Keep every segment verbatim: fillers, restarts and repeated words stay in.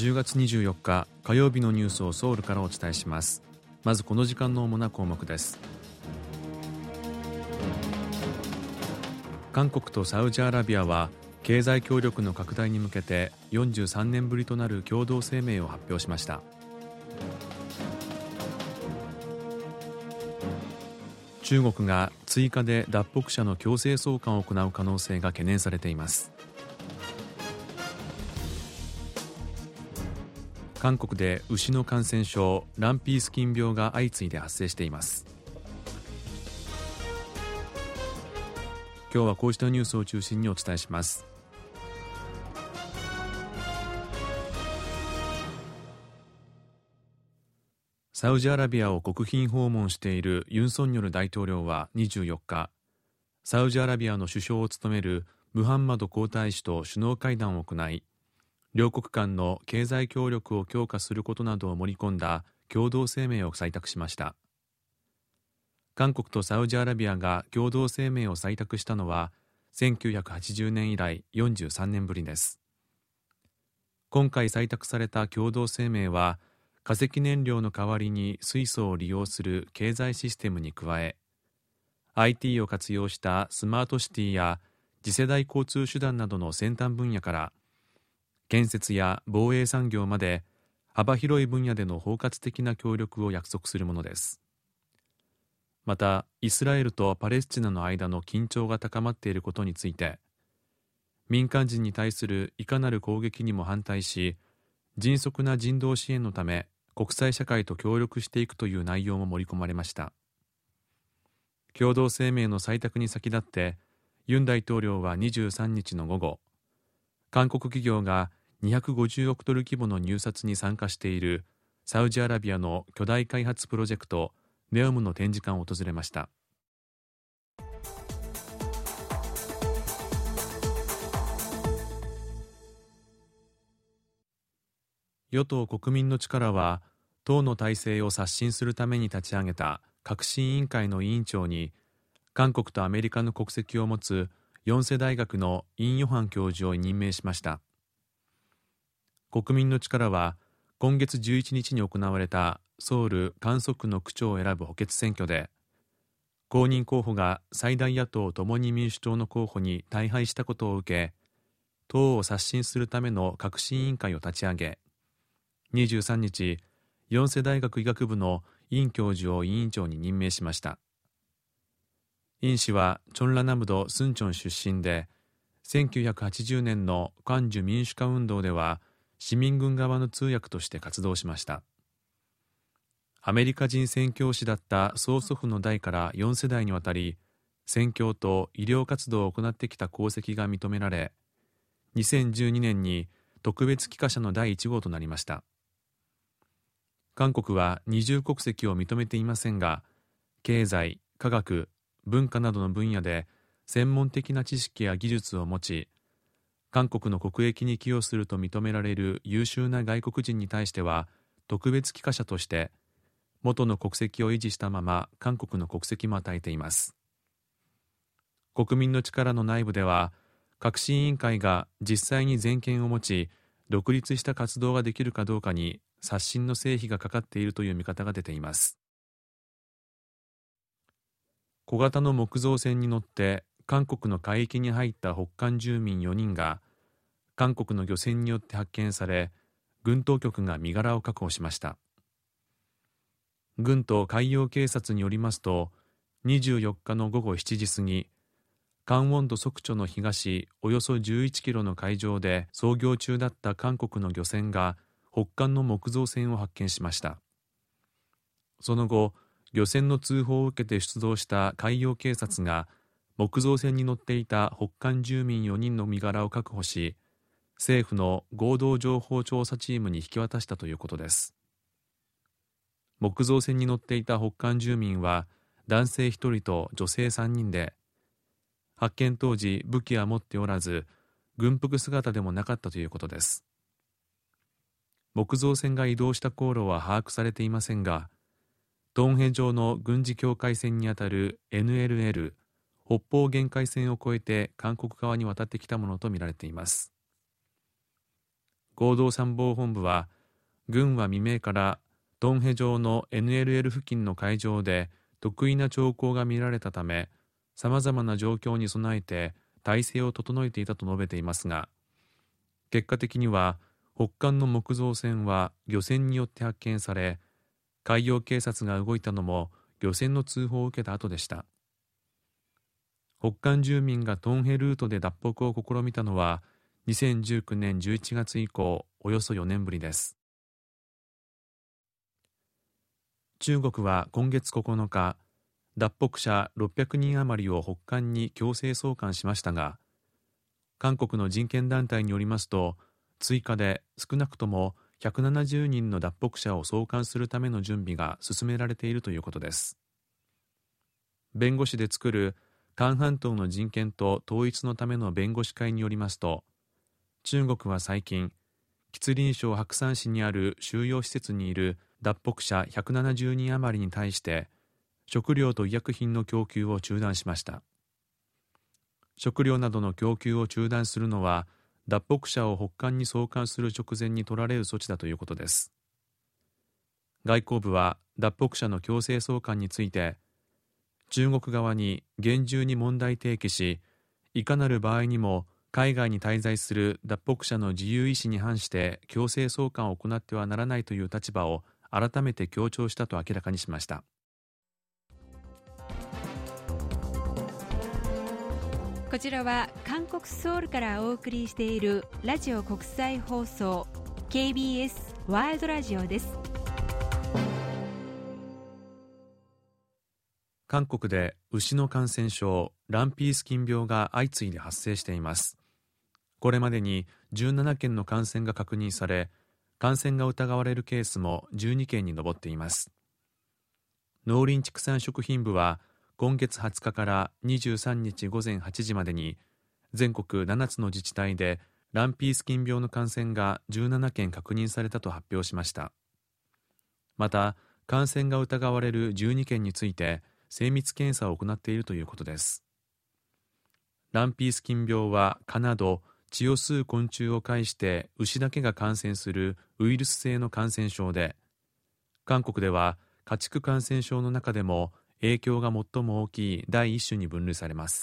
じゅうがつにじゅうよっか火曜日のニュースをソウルからお伝えします。まずこの時間の主な項目です。韓国とサウジアラビアは経済協力の拡大に向けてよんじゅうさんねんぶりとなる共同声明を発表しました。中国が追加で脱北者の強制送還を行う可能性が懸念されています。韓国で牛の感染症ランピース菌病が相次いで発生しています。今日はこうしたニュースを中心にお伝えします。サウジアラビアを国賓訪問しているユン・ソンニョル大統領はにじゅうよっか、サウジアラビアの首相を務めるムハンマド皇太子と首脳会談を行い、両国間の経済協力を強化することなどを盛り込んだ共同声明を採択しました。韓国とサウジアラビアが共同声明を採択したのはせんきゅうひゃくはちじゅうねん以来よんじゅうさんねんぶりです。今回採択された共同声明は、化石燃料の代わりに水素を利用する経済システムに加え、アイティー を活用したスマートシティや次世代交通手段などの先端分野から、建設や防衛産業まで幅広い分野での包括的な協力を約束するものです。また、イスラエルとパレスチナの間の緊張が高まっていることについて、民間人に対するいかなる攻撃にも反対し、迅速な人道支援のため国際社会と協力していくという内容も盛り込まれました。共同声明の採択に先立って、ユン大統領はにじゅうさんにちの午後、韓国企業がにひゃくごじゅうおくドル規模の入札に参加しているサウジアラビアの巨大開発プロジェクトネオムの展示館を訪れました。与党国民の力は、党の体制を刷新するために立ち上げた革新委員会の委員長に、韓国とアメリカの国籍を持つヨンセ大学のイン・ヨハン教授を任命しました。国民の力は、今月じゅういちにちに行われたソウル・カンソクの区長を選ぶ補欠選挙で、公認候補が最大野党共に民主党の候補に大敗したことを受け、党を刷新するための革新委員会を立ち上げ、にじゅうさんにち、ヨンセ大学医学部のイン教授を委員長に任命しました。イン氏はチョンラナムド・スンチョン出身で、せんきゅうひゃくはちじゅうねんのカンジュ民主化運動では市民軍側の通訳として活動しました。アメリカ人宣教師だった曽祖父の代からよんせだいにわたり、宣教と医療活動を行ってきた功績が認められ、にせんじゅうにねんに特別帰化者のだいいち号となりました。韓国は二重国籍を認めていませんが、経済、科学、文化などの分野で専門的な知識や技術を持ち、韓国の国益に寄与すると認められる優秀な外国人に対しては、特別帰化者として元の国籍を維持したまま韓国の国籍も与えています。国民の力の内部では、革新委員会が実際に全権を持ち、独立した活動ができるかどうかに刷新の成否がかかっているという見方が出ています。小型の木造船に乗って韓国の海域に入った北韓住民よにんが韓国の漁船によって発見され、軍当局が身柄を確保しました。軍と海洋警察によりますと、にじゅうよっかのごごしちじ過ぎ、カンウォンドソクチョの東およそじゅういちキロの海上で操業中だった韓国の漁船が北韓の木造船を発見しました。その後、漁船の通報を受けて出動した海洋警察が木造船に乗っていた北韓住民よにんの身柄を確保し、政府の合同情報調査チームに引き渡したということです。木造船に乗っていた北韓住民は男性ひとりと女性さんにんで、発見当時武器は持っておらず、軍服姿でもなかったということです。木造船が移動した航路は把握されていませんが、トンヘ上の軍事境界線にあたる エヌエルエル 北方限界線を越えて韓国側に渡ってきたものとみられています。 合同参謀本部は、軍は未明からトンヘ上の エヌエルエル 付近の海上で特異な兆候が見られたため、さまざまな状況に備えて態勢を整えていたと述べていますが、結果的には北韓の木造船は漁船によって発見され、海洋警察が動いたのも漁船の通報を受けた後でした。北韓住民がトンヘルートで脱北を試みたのはにせんじゅうきゅうねんじゅういちがつ以降およそよねんぶりです。中国は今月ここのか、脱北者ろっぴゃくにん余りを北韓に強制送還しましたが、韓国の人権団体によりますと、追加で少なくともひゃくななじゅうにんの脱北者を送還するための準備が進められているということです。弁護士で作る韓半島の人権と統一のための弁護士会によりますと、中国は最近、吉林省白山市にある収容施設にいる脱北者ひゃくななじゅうにん余りに対して食料と医薬品の供給を中断しました。食料などの供給を中断するのは、脱北者を北韓に送還する直前に取られる措置だということです。外交部は脱北者の強制送還について、中国側に厳重に問題提起し、いかなる場合にも海外に滞在する脱北者の自由意志に反して強制送還を行ってはならないという立場を改めて強調したと明らかにしました。 こちらは韓国ソウルからお送りしているラジオ国際放送 ケービーエス ワールドラジオです。 韓国で牛の感染症ランピース菌病が相次いで発生しています。これまでにじゅうななけんの感染が確認され、感染が疑われるケースもじゅうにけんに上っています。農林畜産食品部は今月はつかからにじゅうさんにちごぜんはちじまでに全国ななつの自治体でランピース菌病の感染がじゅうななけん確認されたと発表しました。また感染が疑われるじゅうにけんについて精密検査を行っているということです。ランピース菌病は蚊など血を吸う昆虫を介して牛だけが感染するウイルス性の感染症で、韓国では家畜感染症の中でも影響が最も大きい第一種に分類されます。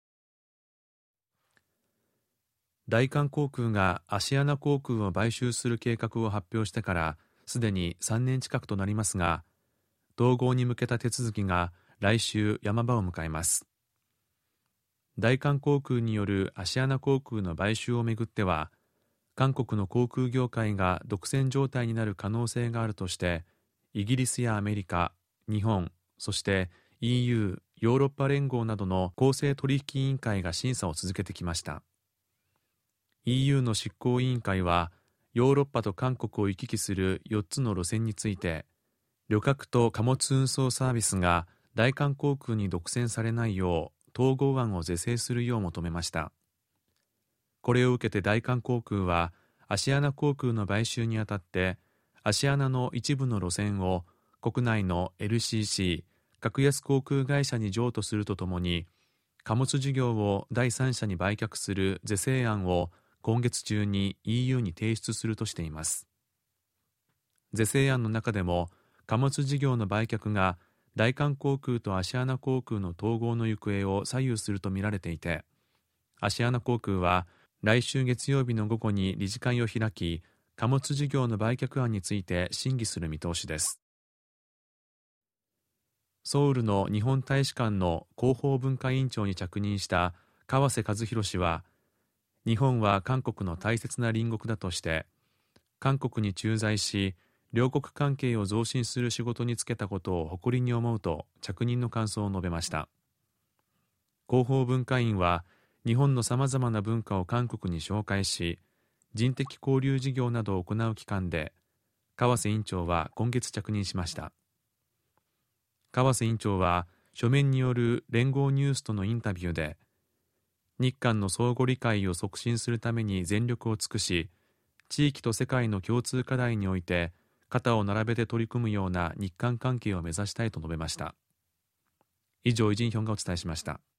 大韓航空がアシアナ航空を買収する計画を発表してからすでにさんねん近くとなりますが、統合に向けた手続きが来週山場を迎えます。大韓航空によるアシアナ航空の買収をめぐっては、韓国の航空業界が独占状態になる可能性があるとして、イギリスやアメリカ、日本、そして イーユー、ヨーロッパ連合などの公正取引委員会が審査を続けてきました。イーユー の執行委員会は、ヨーロッパと韓国を行き来するよっつの路線について、旅客と貨物運送サービスが大韓航空に独占されないよう統合案を是正するよう求めました。これを受けて大韓航空はアシアナ航空の買収にあたってアシアナの一部の路線を国内の エルシーシー 格安航空会社に譲渡するとともに、貨物事業を第三者に売却する是正案を今月中に イーユー に提出するとしています。是正案の中でも貨物事業の売却が大韓航空とアシアナ航空の統合の行方を左右するとみられていて、アシアナ航空は来週月曜日の午後に理事会を開き、貨物事業の売却案について審議する見通しです。ソウルの日本大使館の広報文化委員長に着任した川瀬和弘氏は、日本は韓国の大切な隣国だとして、韓国に駐在し、両国関係を増進する仕事に就けたことを誇りに思うと着任の感想を述べました。広報文化院は日本のさまざまな文化を韓国に紹介し、人的交流事業などを行う機関で、川瀬院長は今月着任しました。川瀬院長は書面による連合ニュースとのインタビューで、日韓の相互理解を促進するために全力を尽くし、地域と世界の共通課題において肩を並べて取り組むような日韓関係を目指したいと述べました。以上、イジンヒョンがお伝えしました。